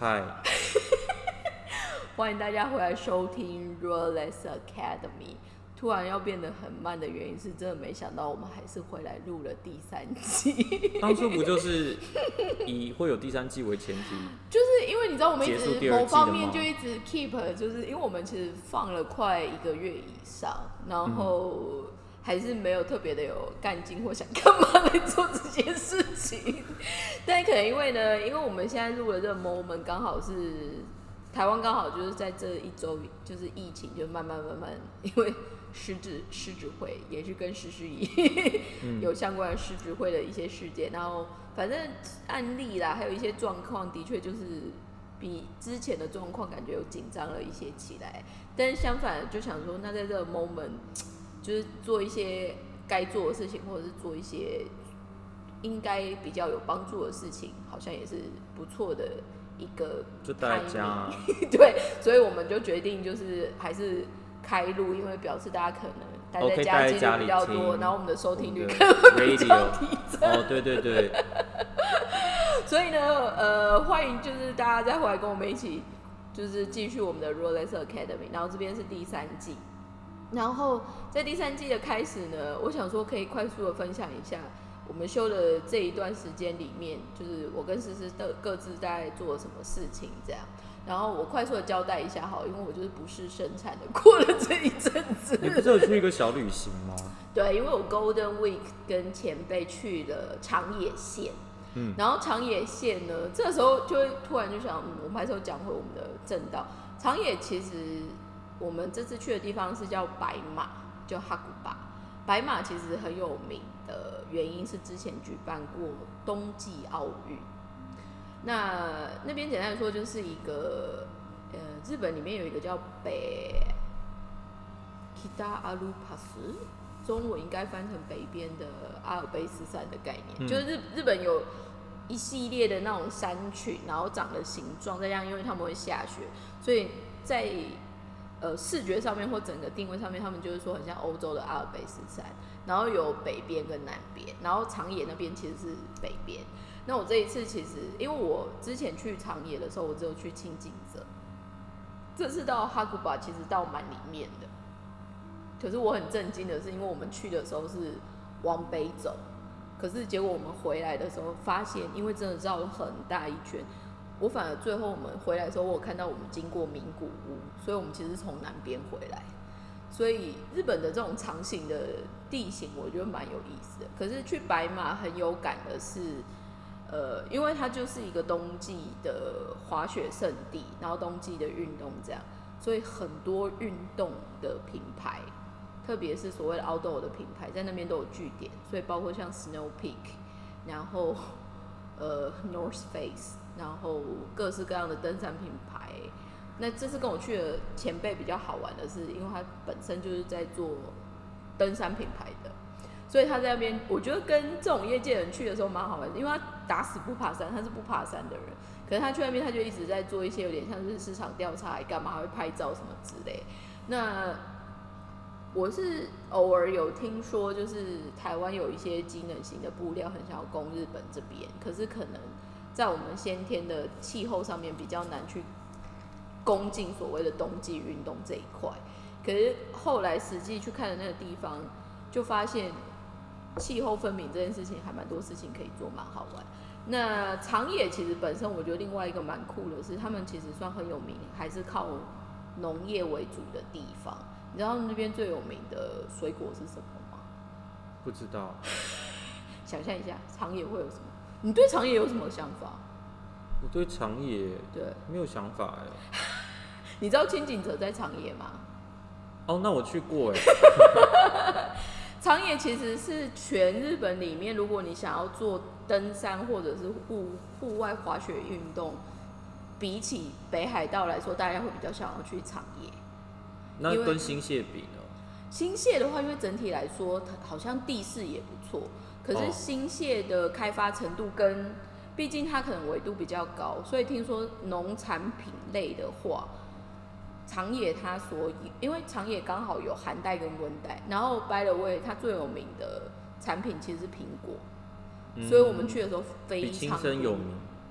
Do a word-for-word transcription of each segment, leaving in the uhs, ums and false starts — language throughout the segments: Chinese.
嗨， 欢迎大家回来收听 Rolex Academy。突然要变得很慢的原因是，真的没想到我们还是回来录了第三季。 当初不就是以会有第三季为前提？ 就是因为你知道，我们一直某方面就一一直 keep， 就是因为我们其实放了快一个月以上，然后还是没有特别的有干劲或想干嘛来做这件事情。但可能因为呢，因为我们现在录的这个 moment 刚好是台湾，刚好就是在这一周，就是疫情就慢慢慢慢，因为失智失智会也是跟失智仪有相关的失智会的一些事件，然后反正案例啦，还有一些状况，的确就是比之前的状况感觉有紧张了一些起来。但是相反，就想说，那在这个 moment， 就是做一些该做的事情，或者是做一些应该比较有帮助的事情，好像也是不错的一个 timing， 就大家对，所以我们就决定就是还是开录，因为表示大家可能待在家几率比较多，然后我们的收听率可能会比较提升。 哦，对对对。 所以呢，呃，欢迎就是大家再回来跟我们一起，就是继续我们的 Rolex Academy。然后这边是第三季，然后在第三季的开始呢，我想说可以快速的分享一下我们休的这一段时间里面，就是我跟思思的各自在做什么事情这样。然后我快速的交代一下好，因为我就是不是生产的过了这一阵子。 你不是有去一个小旅行吗？ 对，因为我 Golden Week 跟前辈去了长野县，嗯，然后长野县呢，这个时候就会突然就想，嗯，我们还是有讲回我们的正道。长野其实我们这次去的地方是叫白马，叫哈古巴。白马其实很有名的原因是之前举办过冬季奥运。那那边简单来说就是一个，呃，日本里面有一个叫北北阿鲁帕斯，中文应该翻成北边的阿尔卑斯山的概念，嗯、就是日日本有一系列的那种山群，然后长的形状，再加上因为他们会下雪，所以在呃视觉上面或整个定位上面，他们就是说很像欧洲的阿尔卑斯山，然后有北边跟南边，然后长野那边其实是北边。那我这一次其实，因为我之前去长野的时候，我只有去清景泽，这次到哈古巴其实到蛮里面的。可是我很震惊的是，因为我们去的时候是往北走，可是结果我们回来的时候发现，因为真的绕了很大一圈，我反而最后我们回来的时候，我有看到我们经过名古屋，所以我们其实是从南边回来。所以日本的这种长形的地形，我觉得蛮有意思的。可是去白马很有感的是，呃，因为它就是一个冬季的滑雪胜地，然后冬季的运动这样，所以很多运动的品牌，特别是所谓的 outdoor 的品牌，在那边都有据点，所以包括像 Snow Peak， 然后呃 North Face， 然后各式各样的登山品牌。那这次跟我去的前辈比较好玩的是，因为他本身就是在做登山品牌的。所以他在那边，我觉得跟这种业界人去的时候蛮好玩的，因为他打死不爬山，他是不爬山的人。可是他去那边，他就一直在做一些有点像是市场调查，还干嘛，还会拍照什么之类。那我是偶尔有听说，就是台湾有一些机能型的布料很想要攻日本这边，可是可能在我们先天的气候上面比较难去攻进所谓的冬季运动这一块。可是后来实际去看的那个地方，就发现气候分明这件事情还蛮多事情可以做，蛮好玩。那长野其实本身我觉得另外一个蛮酷的是，他们其实算很有名，还是靠农业为主的地方。你知道他们那边最有名的水果是什么吗？ 不知道。 想象一下，长野会有什么？你对长野有什么想法？ 我对长野对没有想法哎。 你知道清景泽在长野吗？ 哦，那我去过哎。 长野其实是全日本里面，如果你想要做登山或者是户户外滑雪运动，比起北海道来说，大家会比较想要去长野。 那跟新泻比呢？ 新泻的话，因为整体来说，好像地势也不错，可是新泻的开发程度跟，毕竟它可能纬度比较高，所以听说农产品类的话，长野它所因为长野刚好有寒带跟温带，然后 by the way 它最有名的产品其实是苹果，嗯、所以我们去的时候非常比青森有名。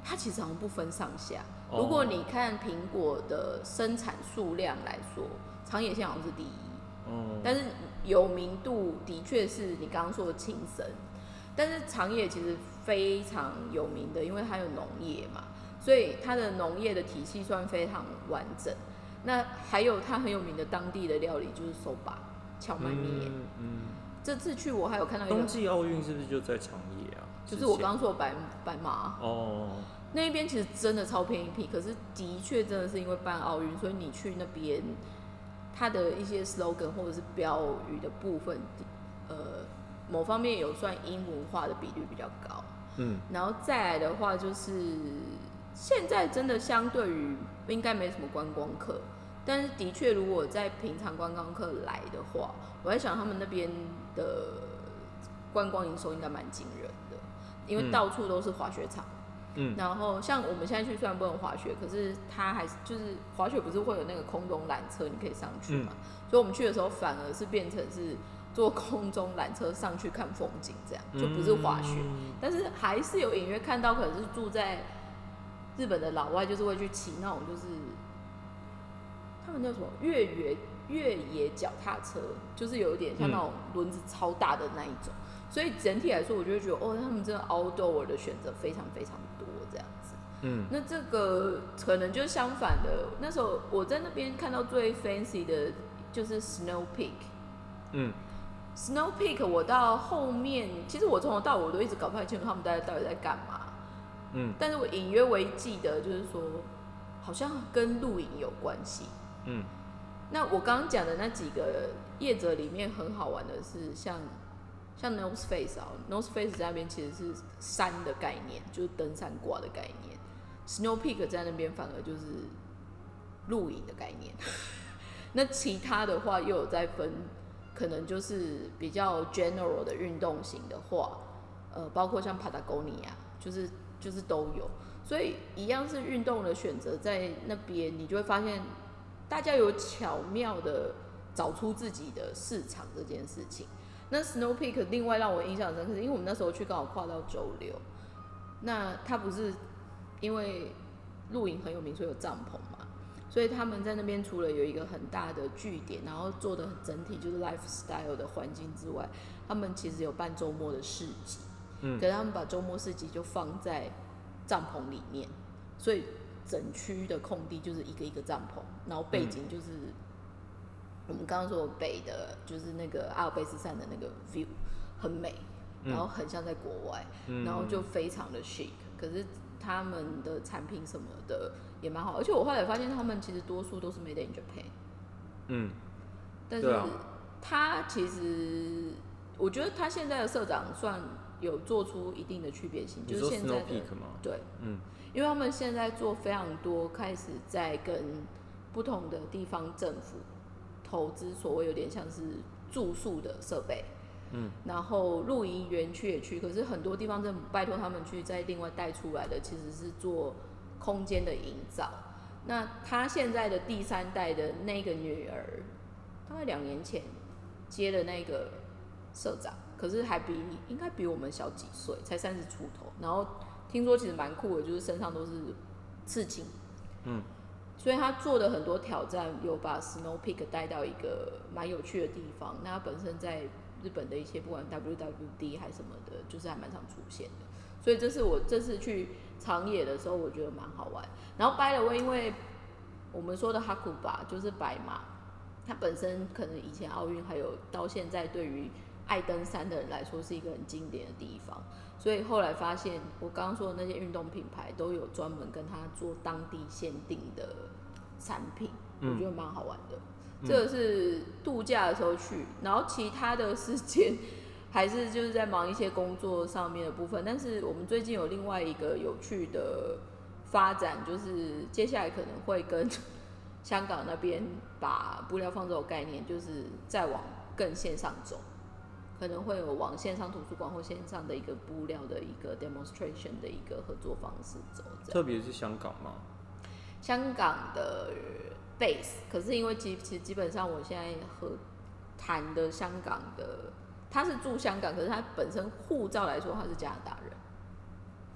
它其实好像不分上下。 哦、 如果你看苹果的生产数量来说，长野县好像是第一。 哦、 但是有名度的确是你刚刚说的青森，但是长野其实非常有名的，因为它有农业嘛，所以它的农业的体系算非常完整。那还有它很有名的当地的料理就是 soba 荞麦面。嗯嗯，这次去我还有看到一个冬季奥运是不是就在长野啊？ 就是我刚刚说的白白马哦， 那一边其实真的超便宜屁，可是的确真的是因为办奥运，所以你去那边，它的一些 slogan 或者是标语的部分，呃，某方面有算英文化的比率比较高。嗯，然后再来的话就是现在真的相对于应该没什么观光客，但是的确如果在平常观光客来的话，我在想他们那边的观光营收应该蛮惊人的，因为到处都是滑雪场。嗯，然后像我们现在去虽然不能滑雪，可是它还是就是滑雪不是会有那个空中缆车，你可以上去嘛。嗯、所以我们去的时候反而是变成是坐空中缆车上去看风景，这样就不是滑雪，嗯、但是还是有隐约看到可能是住在日本的老外，就是会去骑那种就是他们叫什么越野越野脚踏车，就是有一点像那种轮子超大的那一种。嗯、所以整体来说，我就会觉得哦，他们真的 outdoor 的选择非常非常多这样子。嗯，那这个可能就是相反的。那时候我在那边看到最 fancy 的就是 Snow Peak。嗯 ，Snow Peak 我到后面，其实我从头到尾我都一直搞不太清楚他们到底到底在干嘛。嗯，但是我隐约唯记得就是说，好像跟露营有关系。嗯，那我刚刚讲的那几个业者里面很好玩的是像。像 North Face 啊 ，North Face 在那边其实是山的概念，就是登山挂的概念。Snow Peak 在那边反而就是露营的概念。那其他的话又有在分，可能就是比较 general 的运动型的话，呃，包括像 Patagonia， 就是就是都有。所以一样是运动的选择，在那边你就会发现，大家有巧妙的找出自己的市场这件事情。那 Snow Peak 另外让我印象深刻，是因为我们那时候去刚好跨到周六，那它不是因为露营很有名，所以有帐篷嘛，所以他们在那边除了有一个很大的据点，然后做的整体就是 lifestyle 的环境之外，他们其实有办周末的市集，嗯，可是他们把周末市集就放在帐篷里面，所以整区的空地就是一个一个帐篷，然后背景就是。嗯我们刚刚说北的，就是那个阿尔卑斯山的那个 view 很美，然后很像在国外，嗯、然后就非常的 chic。可是他们的产品什么的也蛮好，而且我后来发现他们其实多数都是 made in Japan。嗯，但是他其实，我觉得他现在的社长算有做出一定的区别性，就是现在的对，嗯，因为他们现在做非常多，开始在跟不同的地方政府。投资所谓有点像是住宿的设备，嗯，然后露营园区也去，可是很多地方政府拜托他们去再另外带出来的，其实是做空间的营造。那他现在的第三代的那个女儿，大概两年前接了那个社长，可是还比应该比我们小几岁，才三十出头。然后听说其实蛮酷的，就是身上都是刺青，嗯。所以他做的很多挑战，有把 Snow Peak 带到一个蛮有趣的地方。那他本身在日本的一些不管 W W D 还是什么的，就是还蛮常出现的。所以这是我这次去长野的时候，我觉得蛮好玩。然后 by the way， 因为我们说的哈库巴就是白马，它本身可能以前奥运还有到现在对于爱登山的人来说是一个很经典的地方。所以后来发现，我刚刚说的那些运动品牌都有专门跟他做当地限定的产品，嗯、我觉得蛮好玩的。嗯、这个是度假的时候去，然后其他的时间还是就是在忙一些工作上面的部分。但是我们最近有另外一个有趣的发展，就是接下来可能会跟香港那边把布料放这种概念，就是再往更线上走。可能会有往线上图书馆或线上的一个布料的一个 demonstration 的一个合作方式走， 特别是香港吗？ 香港的 base， 可是因为其实基本上我现在和谈的香港的，他是住香港，可是他本身护照来说他是加拿大人。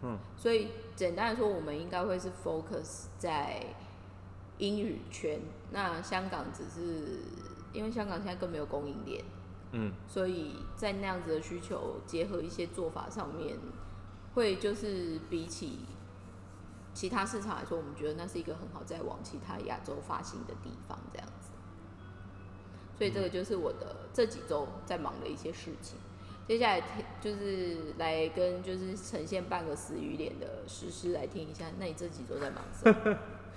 嗯，所以简单来说，我们应该会是 focus 在英语圈。那香港只是因为香港现在更没有供应链，嗯，所以在那样子的需求结合一些做法上面，会就是比起其他市场来说，我们觉得那是一个很好在往其他亚洲发行的地方，这样子。所以这个就是我的这几周在忙的一些事情。接下来就是来跟就是呈现半个死鱼脸的诗诗来听一下，那你这几周在忙什么？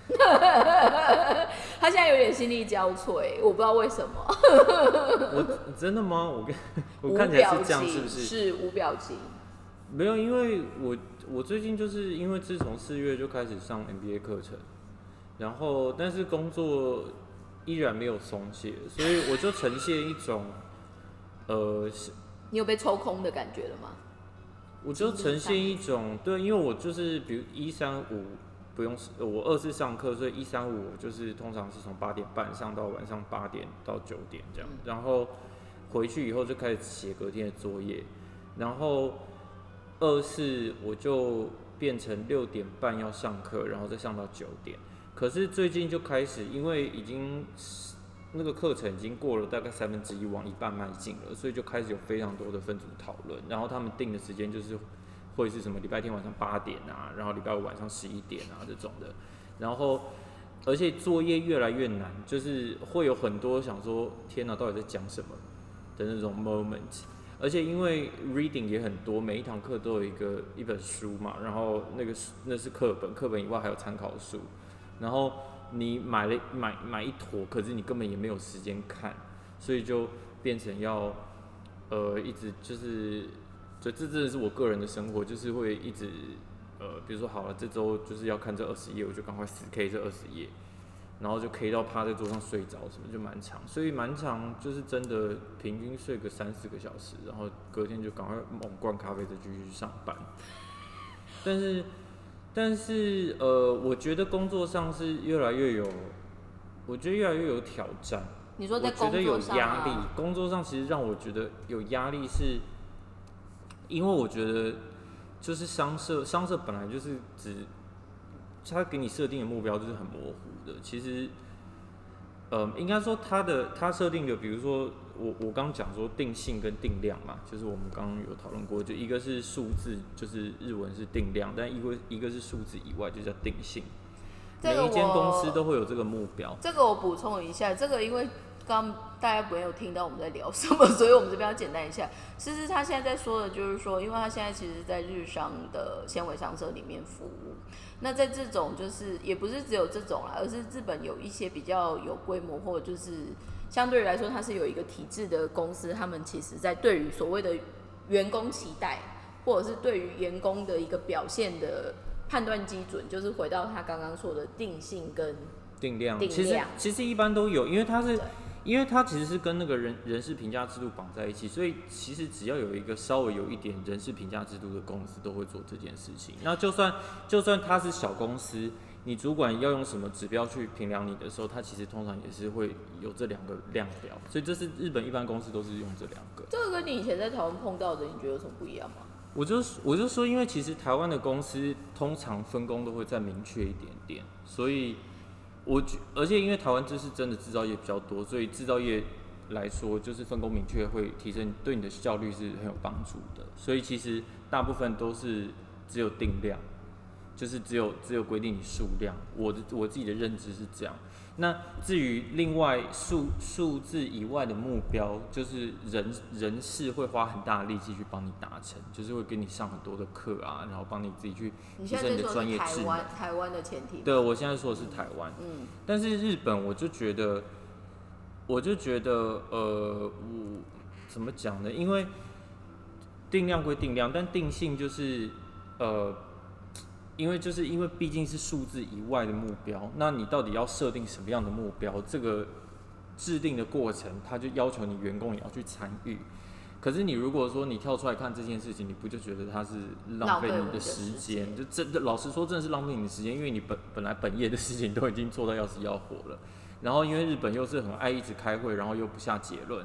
他现在有点心力交瘁，我不知道为什么。 我真的吗？我我看起来是这样，是不是？ 是无表情。 没有，因为我我最近就是因为自从四月就开始上 M B A 课程，然后但是工作依然没有松懈，所以我就呈现一种呃。 你有被抽空的感觉了吗？ 我就呈现一种对，因为我就是比如一三五不用，我二次上课，所以一三五就是通常是从八点半上到晚上八点到九点这样，嗯、然后回去以后就开始写隔天的作业，然后二四我就变成六点半要上课，然后再上到九点。可是最近就开始，因为已经那个课程已经过了大概三分之一，往一半迈进了，所以就开始有非常多的分组讨论。然后他们定的时间就是会是什么礼拜天晚上八点啊，然后礼拜五晚上十一点啊这种的。然后而且作业越来越难，就是会有很多想说天哪，到底在讲什么的那种 moment。而且因为 reading 也很多，每一堂课都有一个一本书嘛，然后那个那是课本，课本以外还有参考书，然后你买了买买一坨，可是你根本也没有时间看，所以就变成要呃一直就是，所以这真的是我个人的生活，就是会一直呃，比如说好了，这周就是要看这二十页，我就赶快死 K 这二十页，然后就 K 到趴在桌上睡着，什么就蛮长，所以蛮长，就是真的平均睡个三四个小时，然后隔天就赶快猛灌咖啡再继续去上班，但是。但是呃，我觉得工作上是越来越有，我觉得越来越有挑战。 你说在工作上、啊、 我觉得有压力，工作上其实让我觉得有压力是，因为我觉得就是商社，商社本来就是只，他给你设定的目标就是很模糊的。其实，呃，应该说他的他设定的，比如说我我刚刚讲说定性跟定量嘛，就是我们刚刚有讨论过，就一个是数字，就是日文是定量，但一个一个是数字以外就叫定性。 这个、 每一间公司都会有这个目标。 这个我补充一下，这个因为刚刚大家没有听到我们在聊什么，所以我们这边要简单一下。其实他现在在说的就是说，因为他现在其实在日商的纤维商社里面服务，那在这种就是也不是只有这种啦，而是日本有一些比较有规模或者就是相对于来说它是有一个体制的公司，他们其实在对于所谓的员工期待或者是对于员工的一个表现的判断基准，就是回到他刚刚说的定性跟定量。 定量其实其实一般都有，因为它是因为它其实是跟那个人人事评价制度绑在一起，所以其实只要有一个稍微有一点人事评价制度的公司都会做这件事情。那就算就算它是小公司，你主管要用什么指标去评量你的时候，它其实通常也是会有这两个量表。所以这是日本一般公司都是用这两个。 这个跟你以前在台湾碰到的，你觉得有什么不一样吗？ 我就我就说，因为其实台湾的公司通常分工都会再明确一点点，所以我而且因为台湾这是真的制造业比较多，所以制造业来说，就是分工明确会提升对你的效率是很有帮助的。所以其实大部分都是只有定量，就是只有只有规定你数量。我的我自己的认知是这样。那至于另外数数字以外的目标，就是人人事会花很大的力气去帮你达成，就是会给你上很多的课啊，然后帮你自己去提升你的专业智能。 你现在在说是台湾台湾的前提吗？ 对，我现在说的是台湾。嗯。但是日本，我就觉得，我就觉得，呃，我怎么讲呢？因为定量归定量，但定性就是，呃。因为就是因为毕竟是数字以外的目标，那你到底要设定什么样的目标？这个制定的过程，它就要求你员工也要去参与。可是你如果说你跳出来看这件事情，你不就觉得它是浪费你的时间？就真的老实说，真的是浪费你的时间，因为你本本来本业的事情都已经做到要死要活了，然后因为日本又是很爱一直开会，然后又不下结论，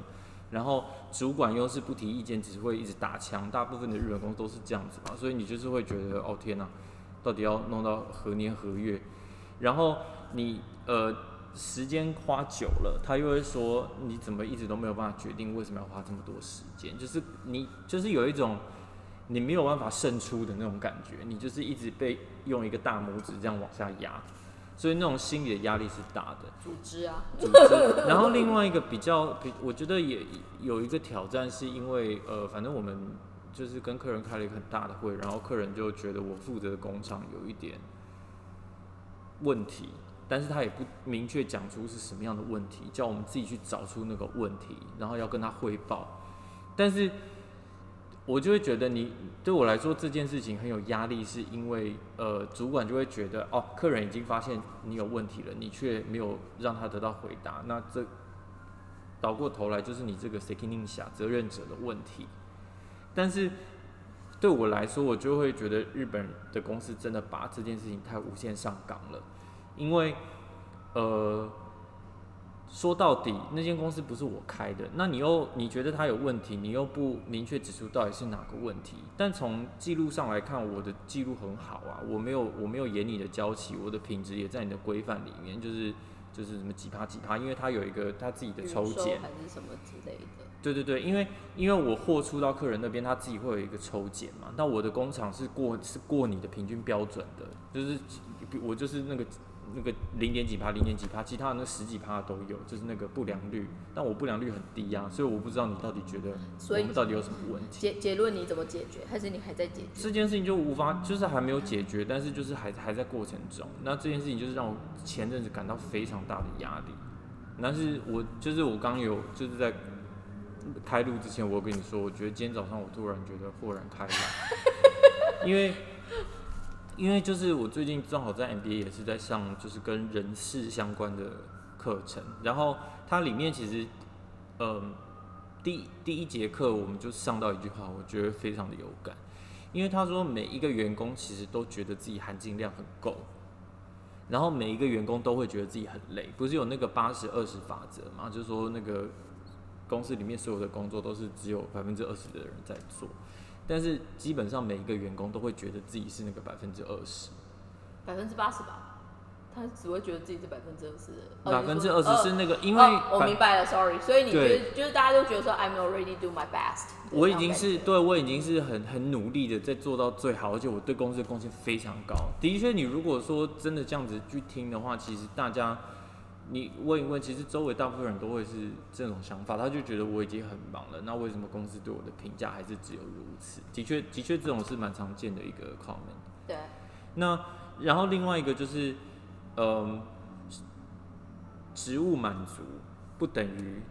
然后主管又是不提意见，只会一直打枪，大部分的日本公司都是这样子嘛，所以你就是会觉得哦天哪，到底要弄到何年何月？然后你呃时间花久了，他又会说你怎么一直都没有办法决定为什么要花这么多时间？就是你就是有一种你没有办法胜出的那种感觉，你就是一直被用一个大拇指这样往下压。所以那种心理的压力是大的。 组织啊， 组织。然后另外一个比较，我觉得也有一个挑战，是因为呃，反正我们就是跟客人开了一个很大的会，然后客人就觉得我负责的工厂有一点问题，但是他也不明确讲出是什么样的问题，叫我们自己去找出那个问题，然后要跟他汇报。但是我就会觉得你对我来说这件事情很有压力，是因为呃主管就会觉得哦，客人已经发现你有问题了，你却没有让他得到回答，那这倒过头来就是你这个 責任者责任者的问题。但是对我来说，我就会觉得日本的公司真的把这件事情太无限上纲了，因为呃。说到底，那间公司不是我开的，那你又你觉得它有问题，你又不明确指出到底是哪个问题。但从记录上来看，我的记录很好啊，我没有我没有延你的交期，我的品质也在你的规范里面，就是就是什么几趴几趴，因为它有一个它自己的抽检， 还是什么之类的。 对对对，因为因为我货出到客人那边，他自己会有一个抽检嘛，那我的工厂是过是过你的平均标准的，就是我就是那个。那个零点几趴，零点几趴，其他的那十几趴都有，就是那个不良率。但我不良率很低啊，所以我不知道你到底觉得我们到底有什么问题。 结结论你怎么解决？还是你还在解决？ 这件事情就无法，就是还没有解决，但是就是还还在过程中。那这件事情就是让我前阵子感到非常大的压力。但是我就是我刚有就是在开录之前，我有跟你说，我觉得今天早上我突然觉得豁然开朗，因为。因为就是我最近正好在 M B A 也是在上就是跟人事相关的课程，然后它里面其实，嗯，第第一节课我们就上到一句话，我觉得非常的有感，因为他说每一个员工其实都觉得自己含金量很够，然后每一个员工都会觉得自己很累，不是有那个八十二十法则吗？就是说那个公司里面所有的工作都是只有百分之二十的人在做。但是基本上每一个员工都会觉得自己是那个百分之二十， 百分之八十吧，他只会觉得自己是百分之二十。 百分之二十是那个，因为、 哦、我明白了 ，sorry。所以你觉得就是大家都觉得说 I'm already do my best。 我已经是对我已经是很很努力的在做到最好，而且我对公司的贡献非常高。的确，你如果说真的这样子去听的话，其实大家。你问一问，其实周围大部分人都会是这种想法，他就觉得我已经很忙了，那为什么公司对我的评价还是只有如此？的确，的确，这种是蛮常见的一个 comment。 对。 那然后另外一个就是，嗯，职务满足不等于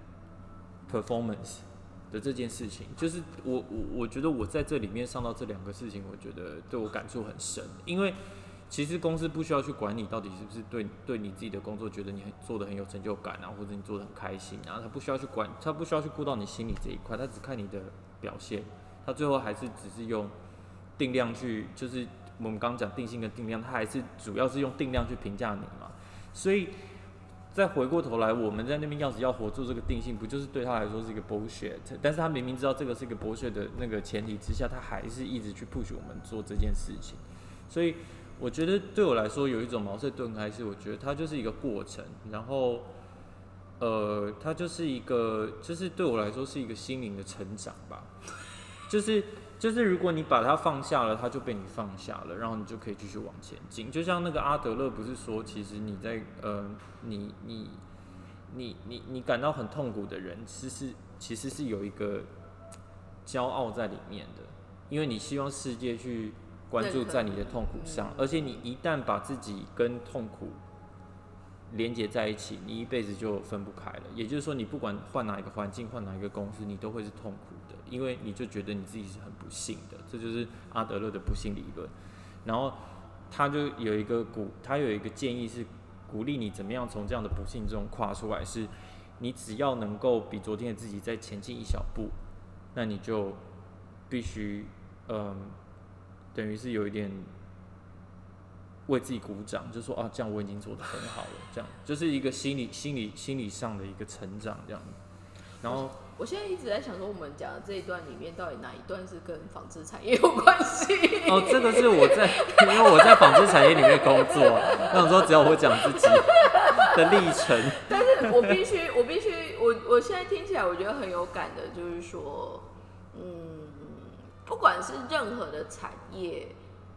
performance 的这件事情，就是我我我觉得我在这里面上到这两个事情，我觉得对我感触很深，因为。其实公司不需要去管你到底是不是对对你自己的工作觉得你做的很有成就感啊，或者你做的很开心啊，他不需要去管，他不需要去顾到你心里这一块，他只看你的表现，他最后还是只是用定量去，就是我们刚刚讲定性跟定量，他还是主要是用定量去评价你嘛。所以再回过头来，我们在那边要死要活做这个定性，不就是对他来说是一个 bullshit？ 但是他明明知道这个是一个 bullshit 的那个前提之下，他还是一直去 push 我们做这件事情，所以。我觉得对我来说有一种茅塞顿开，是我觉得它就是一个过程，然后，呃，它就是一个，就是对我来说是一个心灵的成长吧，就是就是如果你把它放下了，它就被你放下了，然后你就可以继续往前进。就像那个阿德勒不是说，其实你在呃，你你你你你感到很痛苦的人，其实其实是有一个骄傲在里面的，因为你希望世界去。关注在你的痛苦上，而且你一旦把自己跟痛苦连结在一起，你一辈子就分不开了。也就是说，你不管换哪一个环境，换哪一个公司，你都会是痛苦的，因为你就觉得你自己是很不幸的。这就是阿德勒的不幸理论。然后他就有一个鼓，他有一个建议是鼓励你怎么样从这样的不幸中跨出来，是你只要能够比昨天的自己再前进一小步，那你就必须嗯。等于是有一点为自己鼓掌，就说啊，这样我已经做得很好了，这样就是一个心理、心理、心理上的一个成长，这样。然后我现在一直在想说，我们讲的这一段里面，到底哪一段是跟纺织产业有关系？ 哦，这个是我在，因为我在纺织产业里面工作，我想说只要我讲自己的历程。 但是我必须，我必须，我我现在听起来我觉得很有感的，就是说，嗯，不管是任何的产业，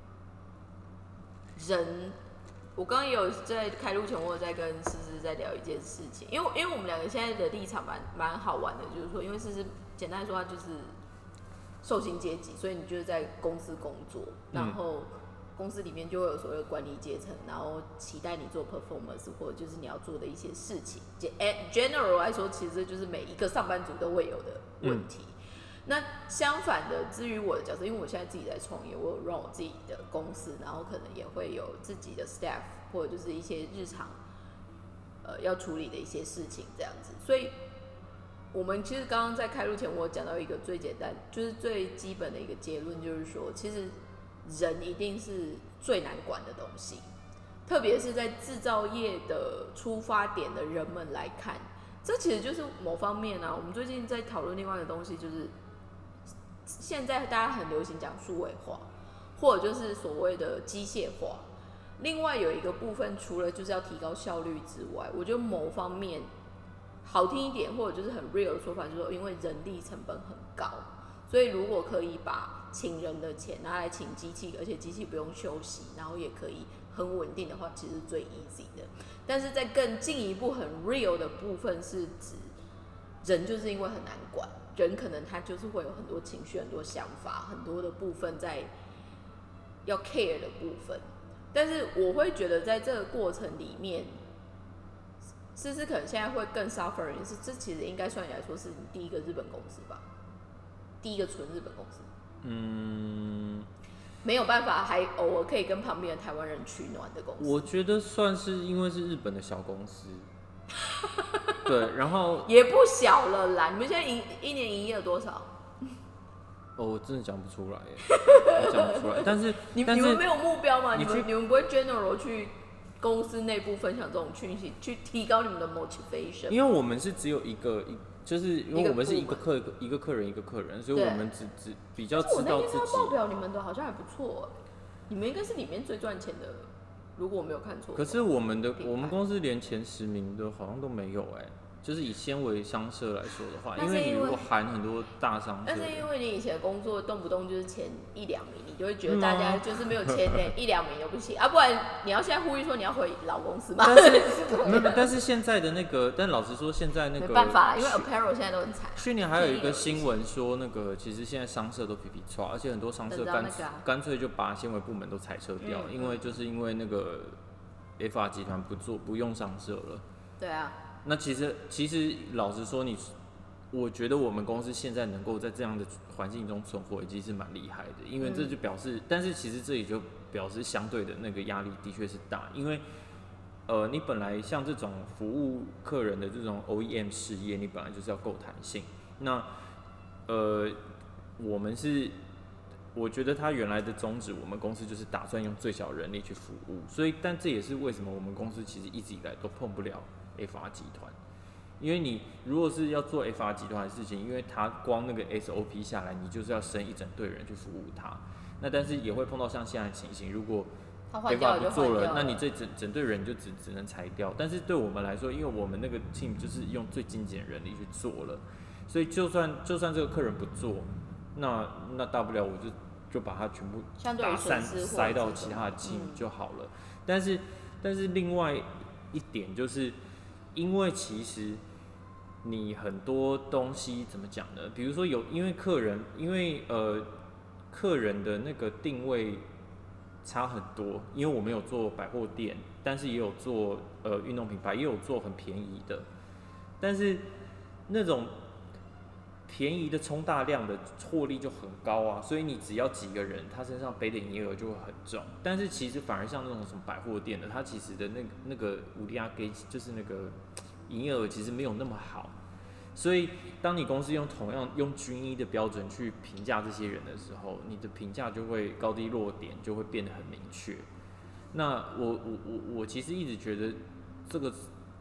人。我刚刚也有在开录前，我有在跟思思在聊一件事情，因为因为我们两个现在的立场蛮蛮好玩的，就是说，因为思思简单说，他就是受薪阶级，所以你就是在公司工作，然后公司里面就会有所谓的管理阶层，然后期待你做 performance 或者就是你要做的一些事情。general 来说，其实就是每一个上班族都会有的问题。嗯，那相反的，至于我的角色，因为我现在自己在创业，我有 run 我自己的公司，然后可能也会有自己的 staff 或者就是一些日常呃要处理的一些事情这样子。所以，我们其实刚刚在开录前，我讲到一个最简单，就是最基本的一个结论，就是说，其实人一定是最难管的东西，特别是在制造业的出发点的人们来看，这其实就是某方面啊。我们最近在讨论另外一个东西，就是。现在大家很流行讲数位化，或者就是所谓的机械化。另外有一个部分，除了就是要提高效率之外，我觉得某方面好听一点，或者就是很 real 的说法，就是说因为人力成本很高，所以如果可以把请人的钱拿来请机器，而且机器不用休息，然后也可以很稳定的话，其实是最 easy 的。但是在更进一步很 real 的部分，是指人就是因为很难管。人可能他就是会有很多情绪、很多想法、很多的部分在要 care 的部分，但是我会觉得在这个过程里面，思思可能现在会更 suffering， 是这其实应该算起来说是你第一个日本公司吧，第一个纯日本公司，嗯，没有办法还偶尔可以跟旁边的台湾人取暖的公司。 我觉得算是因为是日本的小公司。对，然后也不小了啦。你们现在一一年营业了多少？ 哦，我真的讲不出来耶，我讲不出来。但是你但是你们没有目标吗？ 你们你们不会 general 去公司内部分享这种讯息，去提高你们的 motivation？ 因为我们是只有一个一，就是因为我们是一个客一个客人一个客人，所以我们只只比较知道自己。我那天看报表，你们的好像还不错，你们应该是里面最赚钱的。如果我没有看错， 可是我们的我们公司连前十名的好像都没有哎、欸，就是以纤维商社来说的话，因为你如果含很多大商社， 但是因为你以前工作动不动就是前一两名，你就会觉得大家就是没有前连一两名都不行啊，不然你要现在呼吁说你要回老公司吗？ 但是没有，但是现在的那个，但老实说，现在那个没办法，因为 apparel 现在都很惨。 去年还有一个新闻说，那个其实现在商社都皮皮剉，而且很多商社干干、啊、脆就把纤维部门都裁撤掉，嗯、因为就是因为那个 F R 集团不做不用商社了。 对啊。 那其实其实老实说你，我觉得我们公司现在能够在这样的环境中存活，已经是蛮厉害的，因为这就表示，嗯、但是其实这也就表示相对的那个压力的确是大，因为。呃，你本来像这种服务客人的这种 O E M 事业，你本来就是要够弹性。那呃，我们是，我觉得他原来的宗旨，我们公司就是打算用最小人力去服务，所以，但这也是为什么我们公司其实一直以来都碰不了 F R 集团，因为你如果是要做 F R 集团的事情，因为他光那个 S O P 下来，你就是要升一整队人去服务他。那但是也会碰到像现在的情形，如果F R 不做了，那你这整整队人就只只能裁掉。但是对我们来说，因为我们那个 team 就是用最精简人力去做了，所以就算就算这个客人不做，那那大不了我就就把它全部打散塞到其他的 team 就好了。嗯、但是但是另外一点就是，因为其实你很多东西怎么讲呢？比如说有因为客人因为呃客人的那个定位。差很多，因为我们有做百货店，但是也有做呃运动品牌，也有做很便宜的，但是那种便宜的冲大量的获利就很高啊，所以你只要几个人，他身上背的营业额就会很重。但是其实反而像那种什么百货店的，它其实的那个那个五利亚给就是那个营业额其实没有那么好。所以，当你公司用同样用均一的标准去评价这些人的时候，你的评价就会高低落点就会变得很明确。那我我我我其实一直觉得这个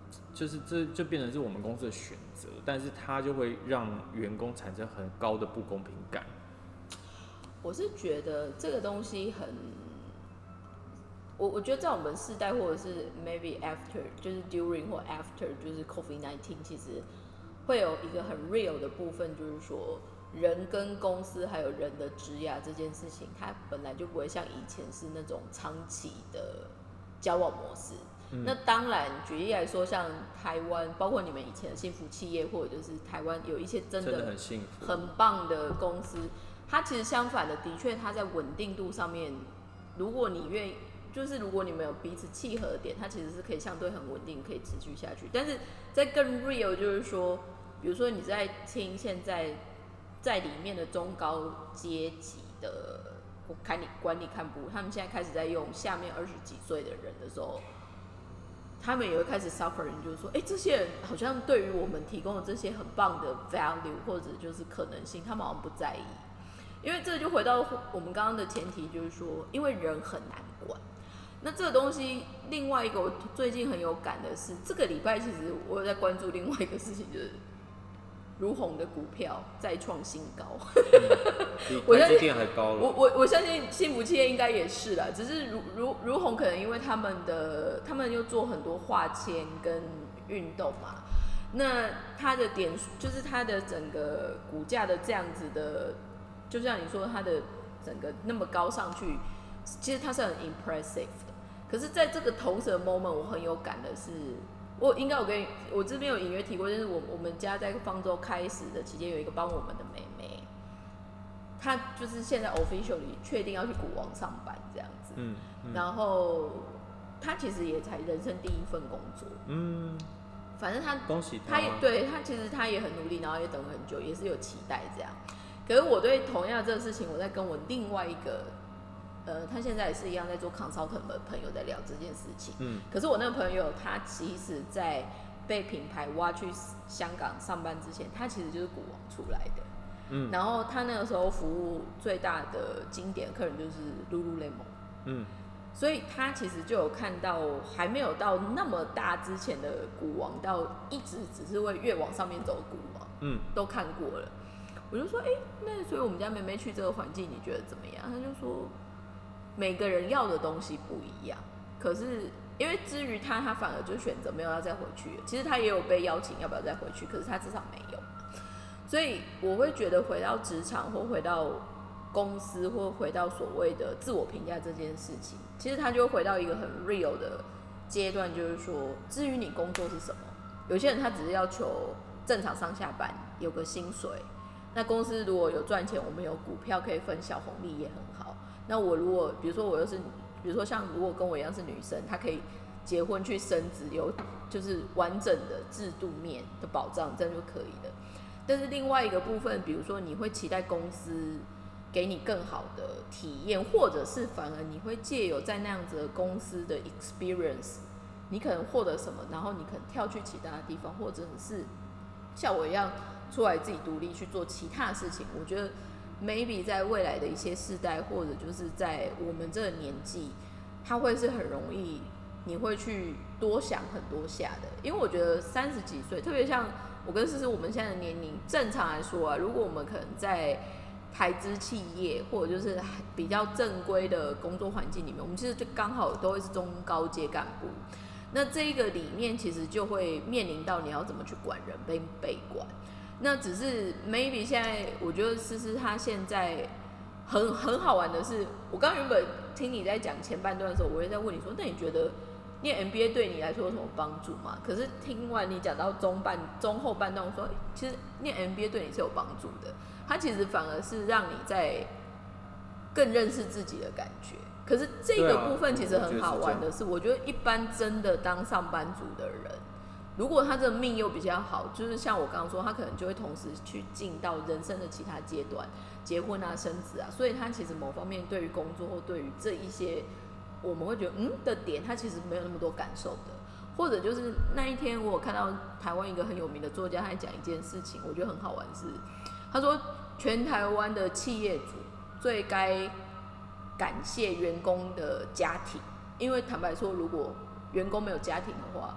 就是这就变成是我们公司的选择，但是它就会让员工产生很高的不公平感。 我是觉得这个东西很，我我觉得在我们世代或者是 maybe after 就是 during 或 after 就是 COVID 十九， 其实会有一个很 real 的部分，就是说人跟公司还有人的职涯这件事情，它本来就不会像以前是那种长期的交往模式。嗯、那当然，举例来说，像台湾，包括你们以前的幸福企业，或者就是台湾有一些真的很幸福、 很棒的公司，它其实相反的，的确它在稳定度上面，如果你愿意，就是如果你们有彼此契合的点，它其实是可以相对很稳定，可以持续下去。但是在更 real 就是说，比如说你在听现在在里面的中高阶级的管理管理干部，他们现在开始在用下面二十几岁的人的时候。他们也会开始 suffering， 就是说，哎、欸，这些人好像对于我们提供的这些很棒的 value 或者就是可能性，他们好像不在意。因为这就回到我们刚刚的前提，就是说，因为人很难管。那这个东西，另外一个我最近很有感的是，这个礼拜其实我有在关注另外一个事情，就是如虹的股票再创新高， 嗯、比台积电还高了。 我我我相信幸福企业应该也是啦，只是如如如虹可能因为他们的他们又做很多化纤跟运动嘛，那它的点就是它的整个股价的这样子的，就像你说它的整个那么高上去，其实它是很 impressive 的。可是在这个同时的 moment， 我很有感的是。我应该我跟你我这边有隐约提过，就是我我们家在方舟开始的期间有一个帮我们的妹妹，她就是现在 officially 确定要去股王上班这样子，嗯嗯、然后她其实也才人生第一份工作，嗯，反正她恭喜她，她对她其实她也很努力，然后也等了很久，也是有期待这样。可是我对同样的这个事情，我在跟我另外一个。呃，他现在也是一样在做 consultant 的朋友在聊这件事情。嗯，可是我那个朋友，他其实在被品牌挖去香港上班之前，他其实就是股王出来的。嗯，然后他那个时候服务最大的经典客人就是 Lululemon。嗯，所以他其实就有看到还没有到那么大之前的股王，到一直只是会越往上面走的股王，嗯，都看过了。我就说，哎、欸，那所以我们家妹妹去这个环境，你觉得怎么样？他就说。每个人要的东西不一样，可是因为至于他，他反而就选择没有要再回去了。其实他也有被邀请要不要再回去，可是他至少没有。所以我会觉得回到职场或回到公司或回到所谓的自我评价这件事情，其实他就回到一个很 real 的阶段，就是说，至于你工作是什么，有些人他只是要求正常上下班，有个薪水。那公司如果有赚钱，我们有股票可以分小红利也很好。那我如果比如说我又是，比如说像如果跟我一样是女生，她可以结婚去生子，有就是完整的制度面的保障，这样就可以了。但是另外一个部分，比如说你会期待公司给你更好的体验，或者是反而你会借由在那样子的公司的 experience， 你可能获得什么，然后你可能跳去其他的地方，或者是像我一样出来自己独立去做其他的事情。我觉得。maybe 在未来的一些世代，或者就是在我们这个年纪，它会是很容易，你会去多想很多下的。因为我觉得三十几岁，特别像我跟思思我们现在的年龄，正常来说啊，如果我们可能在台资企业或者就是比较正规的工作环境里面，我们其实就刚好都会是中高阶干部。那这一个里面其实就会面临到你要怎么去管人跟被管。那只是 maybe 现在，我觉得思思她现在很很好玩的是，我刚原本听你在讲前半段的时候，我也在问你说，那你觉得念 M B A 对你来说有什么帮助吗？可是听完你讲到中半中后半段，我说其实念 M B A 对你是有帮助的，它其实反而是让你在更认识自己的感觉。可是这个部分其实很好玩的是，我觉得一般真的当上班族的人。如果他的命又比较好，就是像我刚刚说，他可能就会同时去进到人生的其他阶段，结婚啊、生子啊，所以他其实某方面对于工作或对于这一些我们会觉得嗯的点，他其实没有那么多感受的。或者就是那一天我有看到台湾一个很有名的作家，他讲一件事情，我觉得很好玩是，他说全台湾的企业主最该感谢员工的家庭，因为坦白说，如果员工没有家庭的话，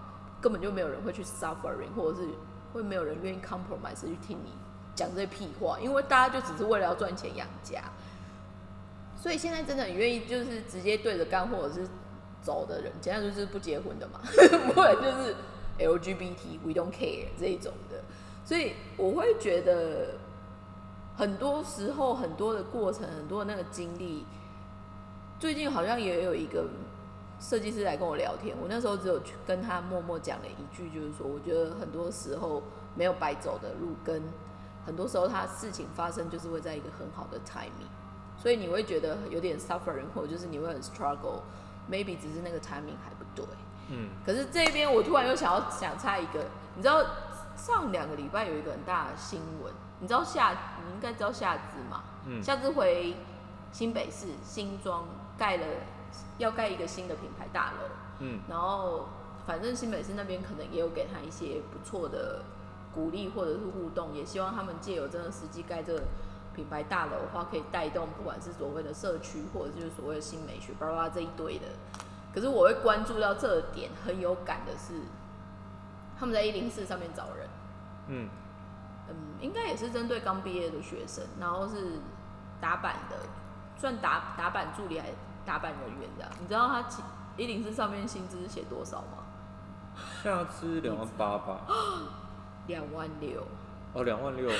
根本就没有人会去 suffering， 或者是会没有人愿意 compromise 去听你讲这些屁话，因为大家就只是为了要赚钱养家。所以现在真的很愿意就是直接对着干或者是走的人，简单就是不结婚的嘛，不然就是 L G B T we don't care 这一种的。所以我会觉得很多时候很多的过程，很多的那个经历，最近好像也有一个设计师来跟我聊天，我那时候只有跟他默默讲了一句，就是说我觉得很多时候没有白走的路，跟很多时候他事情发生就是会在一个很好的 timing， 所以你会觉得有点 suffering， 或者就是你会很 struggle， maybe 只是那个 timing 还不对。嗯。可是这边我突然又想要想插一个，你知道上两个礼拜有一个很大的新闻，你知道夏你应该知道夏资嘛？嗯。夏资回新北市新庄盖了要盖一个新的品牌大楼，嗯。然后反正新北市那边可能也有给他一些不错的鼓励或者是互动，也希望他们借由真的实际盖这个品牌大楼的话，可以带动不管是所谓的社区或者就是所谓的新美学，巴拉巴拉这一堆的。可是我会关注到这个点很有感的是，他们在一零四上面找人，嗯嗯，应该也是针对刚毕业的学生，然后是打板的，算打打板助理还是打板人员这样。你知道他一零四上面薪资写多少吗？ 下次两万八吧。 两万六。 哦，两万六。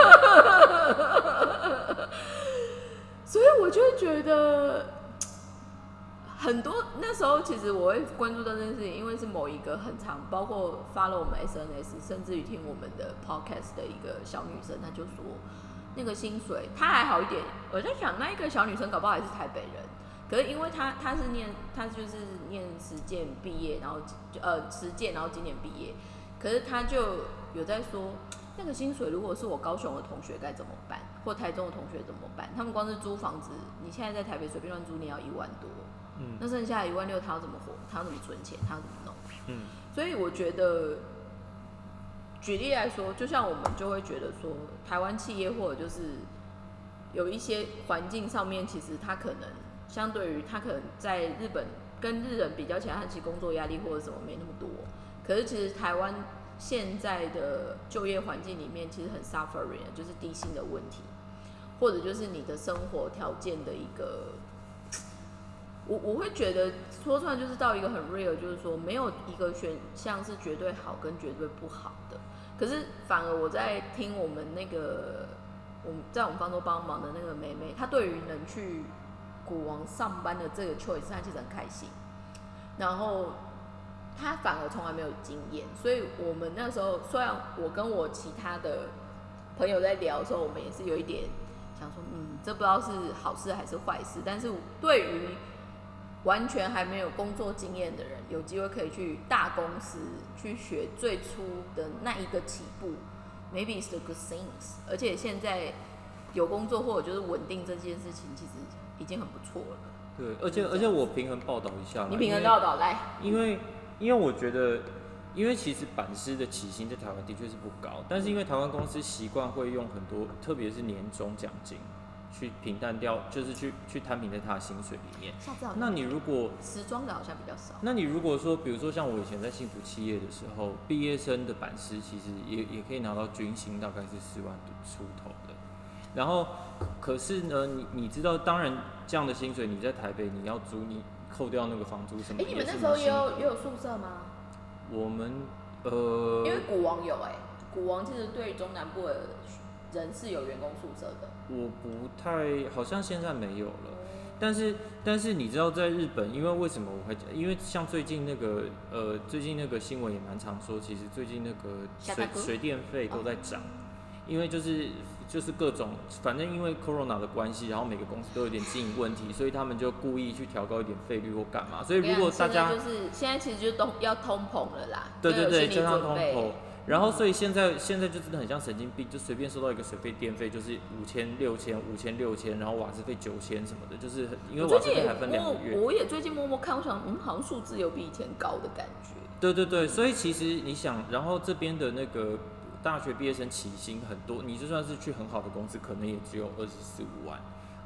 所以我就会觉得很多那时候，其实我会关注到这件事情，因为是某一个很常，包括 follow 我们 S N S， 甚至于听我们的 podcast 的一个小女生，她就说那个薪水她还好一点。我在想，那一个小女生搞不好还是台北人，可是因为她她是念她就是念实践毕业，然后呃实践，然后今年毕业，可是她就有在说，那个薪水如果是我高雄的同学该怎么办，或台中的同学怎么办？他们光是租房子，你现在在台北随便乱租，你要一万多，嗯，那剩下一万六，他要怎么活？他要怎么存钱？他要怎么弄？嗯，所以我觉得，举例来说，就像我们就会觉得说，台湾企业或者就是有一些环境上面，其实他可能相对于他可能在日本跟日本比较起来，他其实工作压力或者什么没那么多，可是其实台湾现在的就业环境里面其实很 suffering， 就是低薪的问题，或者就是你的生活条件的一个，我我会觉得说出来就是到一个很 real， 就是说没有一个选项是绝对好跟绝对不好的。可是反而我在听我们那个我们在我们方舟帮忙的那个妹妹，她对于能去股王上班的这个 choice， 她其实很开心，然后他反而从来没有经验，所以我们那时候虽然我跟我其他的朋友在聊的时候，我们也是有一点想说，嗯，这不知道是好事还是坏事。但是对于完全还没有工作经验的人，有机会可以去大公司去学最初的那一个起步 ，maybe it's the good things。而且现在有工作或者就是稳定这件事情，其实已经很不错了。 对，而且而且我平衡报道一下， 你平衡报道来， 因为。因为我觉得，因为其实板师的起薪在台湾的确是不高，但是因为台湾公司习惯会用很多，特别是年终奖金，去平淡掉，就是去去摊平在他的薪水里面。那你如果时装的好像比较少。 那你如果说，比如说像我以前在幸福企业的时候，毕业生的板师其实也也可以拿到均薪，大概是四万出头的。然后，可是呢，你你知道，当然这样的薪水，你在台北你要租你。扣掉那个房租什么？ 哎、欸，你们那时候也有也有宿舍吗？ 我们呃， 因为股王有哎、欸，股王其实对中南部的人是有员工宿舍的。 我不太，好像现在没有了。但是但是你知道，在日本，因为为什么我会讲？因为像最近那个呃，最近那个新闻也蛮常说，其实最近那个水水电费都在涨，因为就是。就是各种，反正因为 Corona 的关系，然后每个公司都有点经营问题，所以他们就故意去调高一点费率或干嘛。所以如果大家就是现在其实就都要通膨了啦， 对对对，加上通膨，然后所以现在现在就真的很像神经病，就随便收到一个水费电费就是五千六千五千六千，然后瓦斯费九千什么的，就是因为瓦斯费还分两个月。 我也最近摸摸看，我想嗯，好像数字有比以前高的感觉。 对对对，所以其实你想，然后这边的那个。大学毕业生起薪很多，你就算是去很好的公司，可能也只有二十四五万，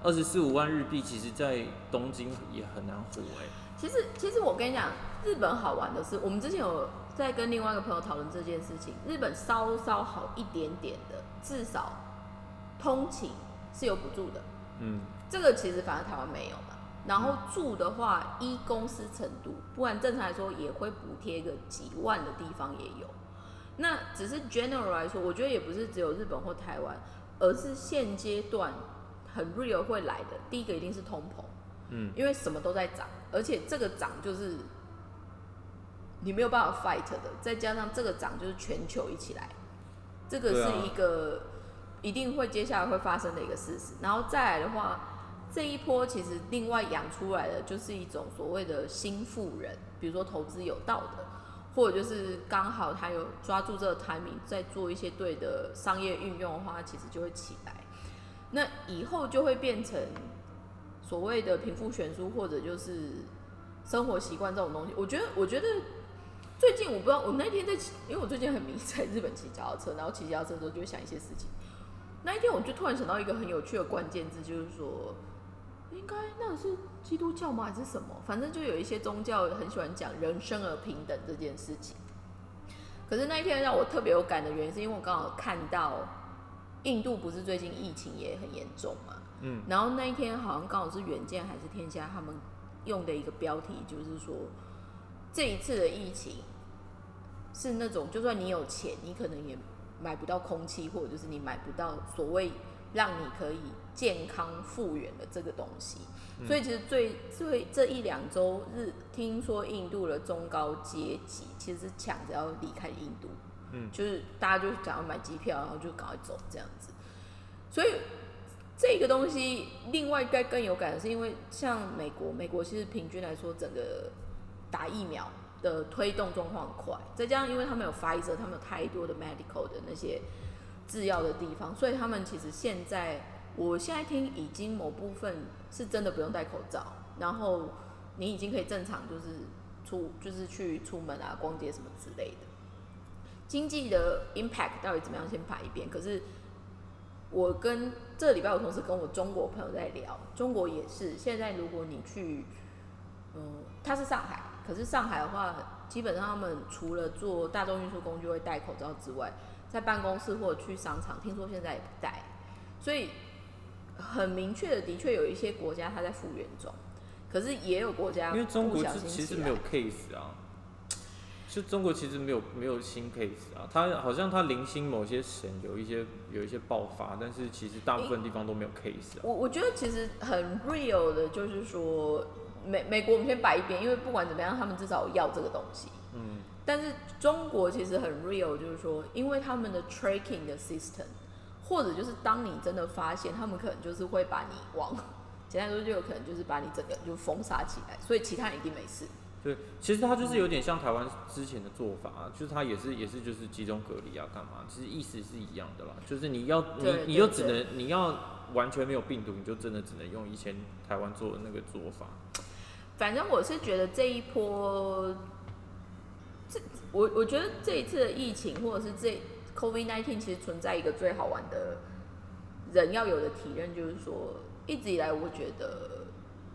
二十四五万日币，其实在东京也很难活哎、欸。 其实其实我跟你讲，日本好玩的是，我们之前有在跟另外一个朋友讨论这件事情，日本稍稍好一点点的，至少通勤是有补助的。嗯，这个其实反而台湾没有嘛。然后住的话，依公司程度，不然正常来说也会补贴个几万的地方也有。那只是 general 来说，我觉得也不是只有日本或台湾，而是现阶段很 real 会来的。第一个一定是通膨，嗯，因为什么都在涨，而且这个涨就是你没有办法 fight 的，再加上这个涨就是全球一起来，这个是一个一定会接下来会发生的一个事实。然后再来的话，这一波其实另外养出来的就是一种所谓的新富人，比如说投资有道的，或者就是刚好他有抓住这个 timing， 在做一些对的商业运用的话，其实就会起来。那以后就会变成所谓的贫富悬殊，或者就是生活习惯这种东西。我觉得，我觉得最近我不知道，我那天在，因为我最近很迷在日本骑脚踏车，然后骑脚踏车的时候就会想一些事情。那一天我就突然想到一个很有趣的关键字，就是说，应该那个是基督教吗？还是什么？反正就有一些宗教很喜欢讲人生而平等这件事情。可是那一天让我特别有感的原因，是因为我刚好看到印度不是最近疫情也很严重嘛，嗯，然后那一天好像刚好是远见还是天下他们用的一个标题，就是说这一次的疫情是那种就算你有钱，你可能也买不到空气，或者就是你买不到所谓让你可以健康复原的这个东西。嗯、所以其实最最这一两周日，听说印度的中高阶级其实是抢着要离开印度，嗯，就是大家就想要买机票，然后就赶快走这样子。所以这个东西另外该更有感的是，因为像美国，美国其实平均来说整个打疫苗的推动状况很快，再加上因为他们有 Pfizer， 他们有太多的 medical 的那些制药的地方，所以他们其实现在，我现在听已经某部分是真的不用戴口罩，然后你已经可以正常就是出就是去出门啊、逛街什么之类的。经济的 impact 到底怎么样，先排一遍。可是我跟这个礼拜我同时跟我中国朋友在聊，中国也是现在如果你去，嗯，它是上海。可是上海的话，基本上他们除了做大众运输工具会戴口罩之外，在办公室或者去商场，听说现在也不戴。所以很明确的，的确有一些国家它在复原中，可是也有国家因为中国其实没有 case 啊，就中国其实没有没有新 case 啊，它好像它零星某些省有一些有一些爆发，但是其实大部分地方都没有 case 啊。 我我觉得其实很 real 的，就是说。美美国我们先摆一边，因为不管怎么样，他们至少有要这个东西。嗯。但是中国其实很 real， 就是说，因为他们的 tracking 的 system， 或者就是当你真的发现，他们可能就是会把你往，简单说就有可能就是把你整个就封杀起来，所以其他人一定没事。 对，其实它就是有点像台湾之前的做法、啊，就是它也是也是就是集中隔离啊，干嘛？其实意思是一样的啦，就是你要你你就只能你要完全没有病毒，你就真的只能用以前台湾做的那个做法。 反正我是觉得这一波，这我我觉得这一次的疫情或者是这 COVID 十九 其实存在一个最好玩的人要有的体认，就是说一直以来我觉得，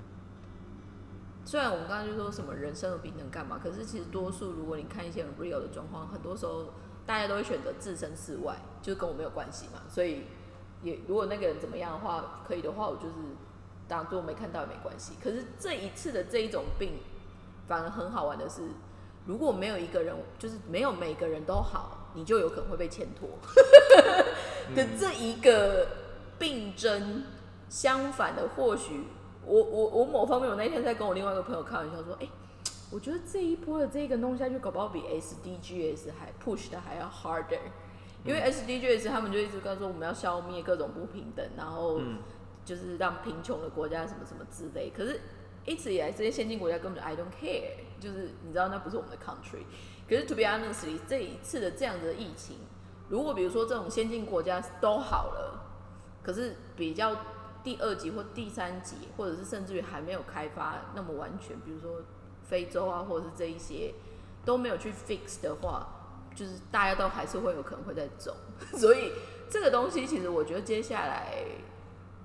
虽然我们刚刚就说什么人生而平等干嘛，可是其实多数如果你看一些很 real 的状况，很多时候大家都会选择置身事外，就是跟我没有关系嘛。所以也如果那个人怎么样的话，可以的话，我就是。当做没看到也没关系。可是这一次的这一种病，反而很好玩的是，如果没有一个人，就是没有每个人都好，你就有可能会被牵拖的这一个病症。相反的，或许我我我某方面，我那天在跟我另外一个朋友开玩笑说，哎、欸，我觉得这一波的这个弄下去，搞不好比 S D G S 还 push 的还要 harder， 因为 S D G S 他们就一直跟说我们要消灭各种不平等，然后。嗯就是让贫穷的国家什么什么之类，可是一直以来这些先进国家根本就 I don't care， 就是你知道那不是我们的 country。可是 to be honestly， 这一次的这样的疫情，如果比如说这种先进国家都好了，可是比较第二级或第三级，或者是甚至于还没有开发那么完全，比如说非洲啊，或者是这一些都没有去 fix 的话，就是大家都还是会有可能会再走。所以这个东西其实我觉得接下来。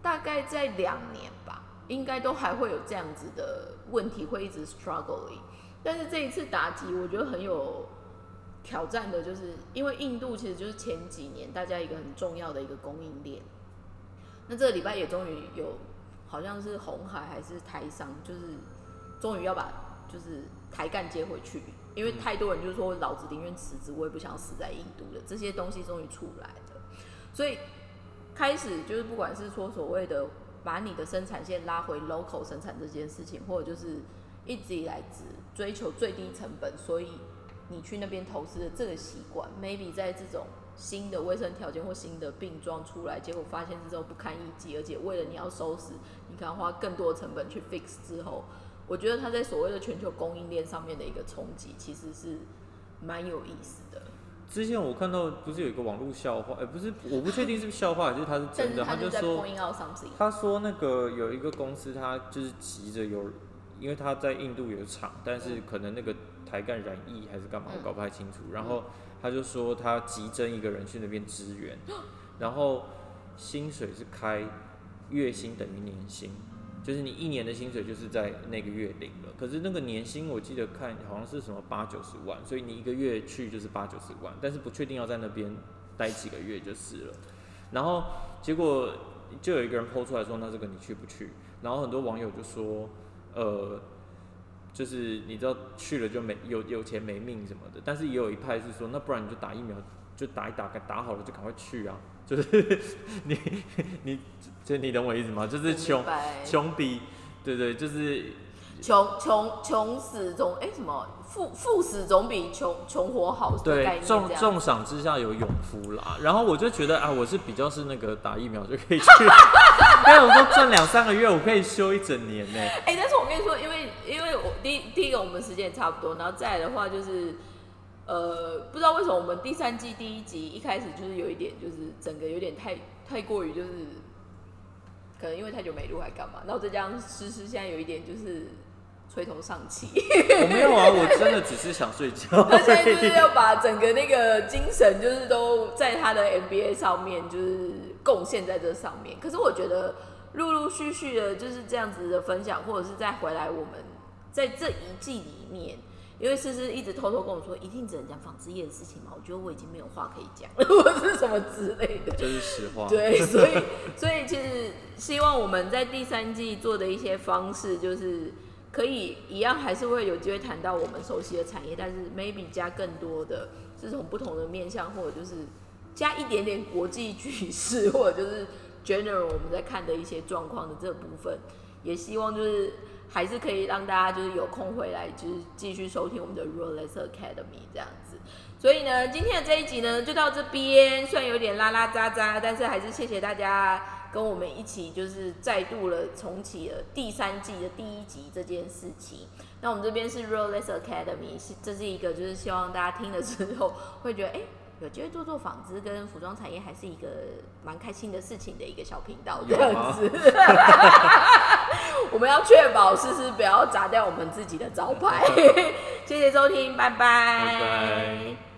大概在两年吧，应该都还会有这样子的问题，会一直 struggling。但是这一次打击，我觉得很有挑战的，就是因为印度其实就是前几年大家一个很重要的一个供应链。那这个礼拜也终于有，好像是鸿海还是台商，就是终于要把就是台干接回去，因为太多人就是说老子宁愿辞职，我也不想要死在印度的，这些东西终于出来了，所以开始就是不管是说所谓的把你的生产线拉回 local 生产这件事情，或者就是一直以来只追求最低成本，所以你去那边投资的这个习惯 ，maybe 在这种新的卫生条件或新的病状出来，结果发现是之后不堪一击，而且为了你要收拾，你可能花更多的成本去 fix 之后，我觉得它在所谓的全球供应链上面的一个冲击，其实是蛮有意思的。 之前我看到不是有一个网络笑话，哎、欸，不是，我不确定是不是笑话还是他是真的， 他就说，他说那个有一个公司，他就是急着有，因为他在印度有厂，但是可能那个台干染疫还是干嘛，我搞不太清楚，然后。他就说他急征一个人去那边支援，然后薪水是开月薪等于年薪，就是你一年的薪水就是在那个月领了。可是那个年薪我记得看好像是什么八九十万，所以你一个月去就是八九十万，但是不确定要在那边待几个月就是了。然后结果就有一个人 po 出来说，那这个你去不去？然后很多网友就说，呃。就是你知道去了就没有有钱没命什么的，但是也有一派是说，那不然你就打疫苗，就打一打，打好了就赶快去啊！就是你你就你懂我意思吗？就是穷穷比对对，就是穷穷穷死总哎、欸、什么富富死总比穷穷活好的概念。 对，重重赏之下有勇夫啦。然后我就觉得啊，我是比较是那个打疫苗就可以去，因为我说赚两三个月我可以休一整年呢、欸。 哎、欸，但是我跟你说，因为因为我第第一个我们时间也差不多，然后再来的话就是，呃，不知道为什么我们第三季第一集一开始就是有一点就是整个有点太太过于就是，可能因为太久没录还干嘛，然后再加上诗诗现在有一点就是垂头丧气。 我没有啊，我真的只是想睡觉。 他现在就是要把整个那个精神就是都在他的 M B A 上面，就是贡献在这上面。可是我觉得陆陆续续的就是这样子的分享，或者是再回来我们在这一季里面，因为诗诗一直偷偷跟我说，一定只能讲纺织业的事情嘛，我觉得我已经没有话可以讲了，或是什么之类的。 这是实话。 对，所以所以其实希望我们在第三季做的一些方式，就是可以一样还是会有机会谈到我们熟悉的产业，但是 maybe 加更多的是从不同的面向，或者就是加一点点国际局势，或者就是 general 我们在看的一些状况的这个部分，也希望就是还是可以让大家就是有空回来，就是继续收听我们的 Rolex Academy 这样子。所以呢，今天的这一集呢就到这边，虽然有点拉拉杂杂，但是还是谢谢大家跟我们一起就是再度了重启了第三季的第一集这件事情。那我们这边是 Rolex Academy， 这是一个就是希望大家听了之后会觉得，哎、欸，有机会做做纺织跟服装产业还是一个蛮开心的事情的一个小频道这样子。我们要确保诗诗不要砸掉我们自己的招牌。谢谢收听，拜拜。 拜拜。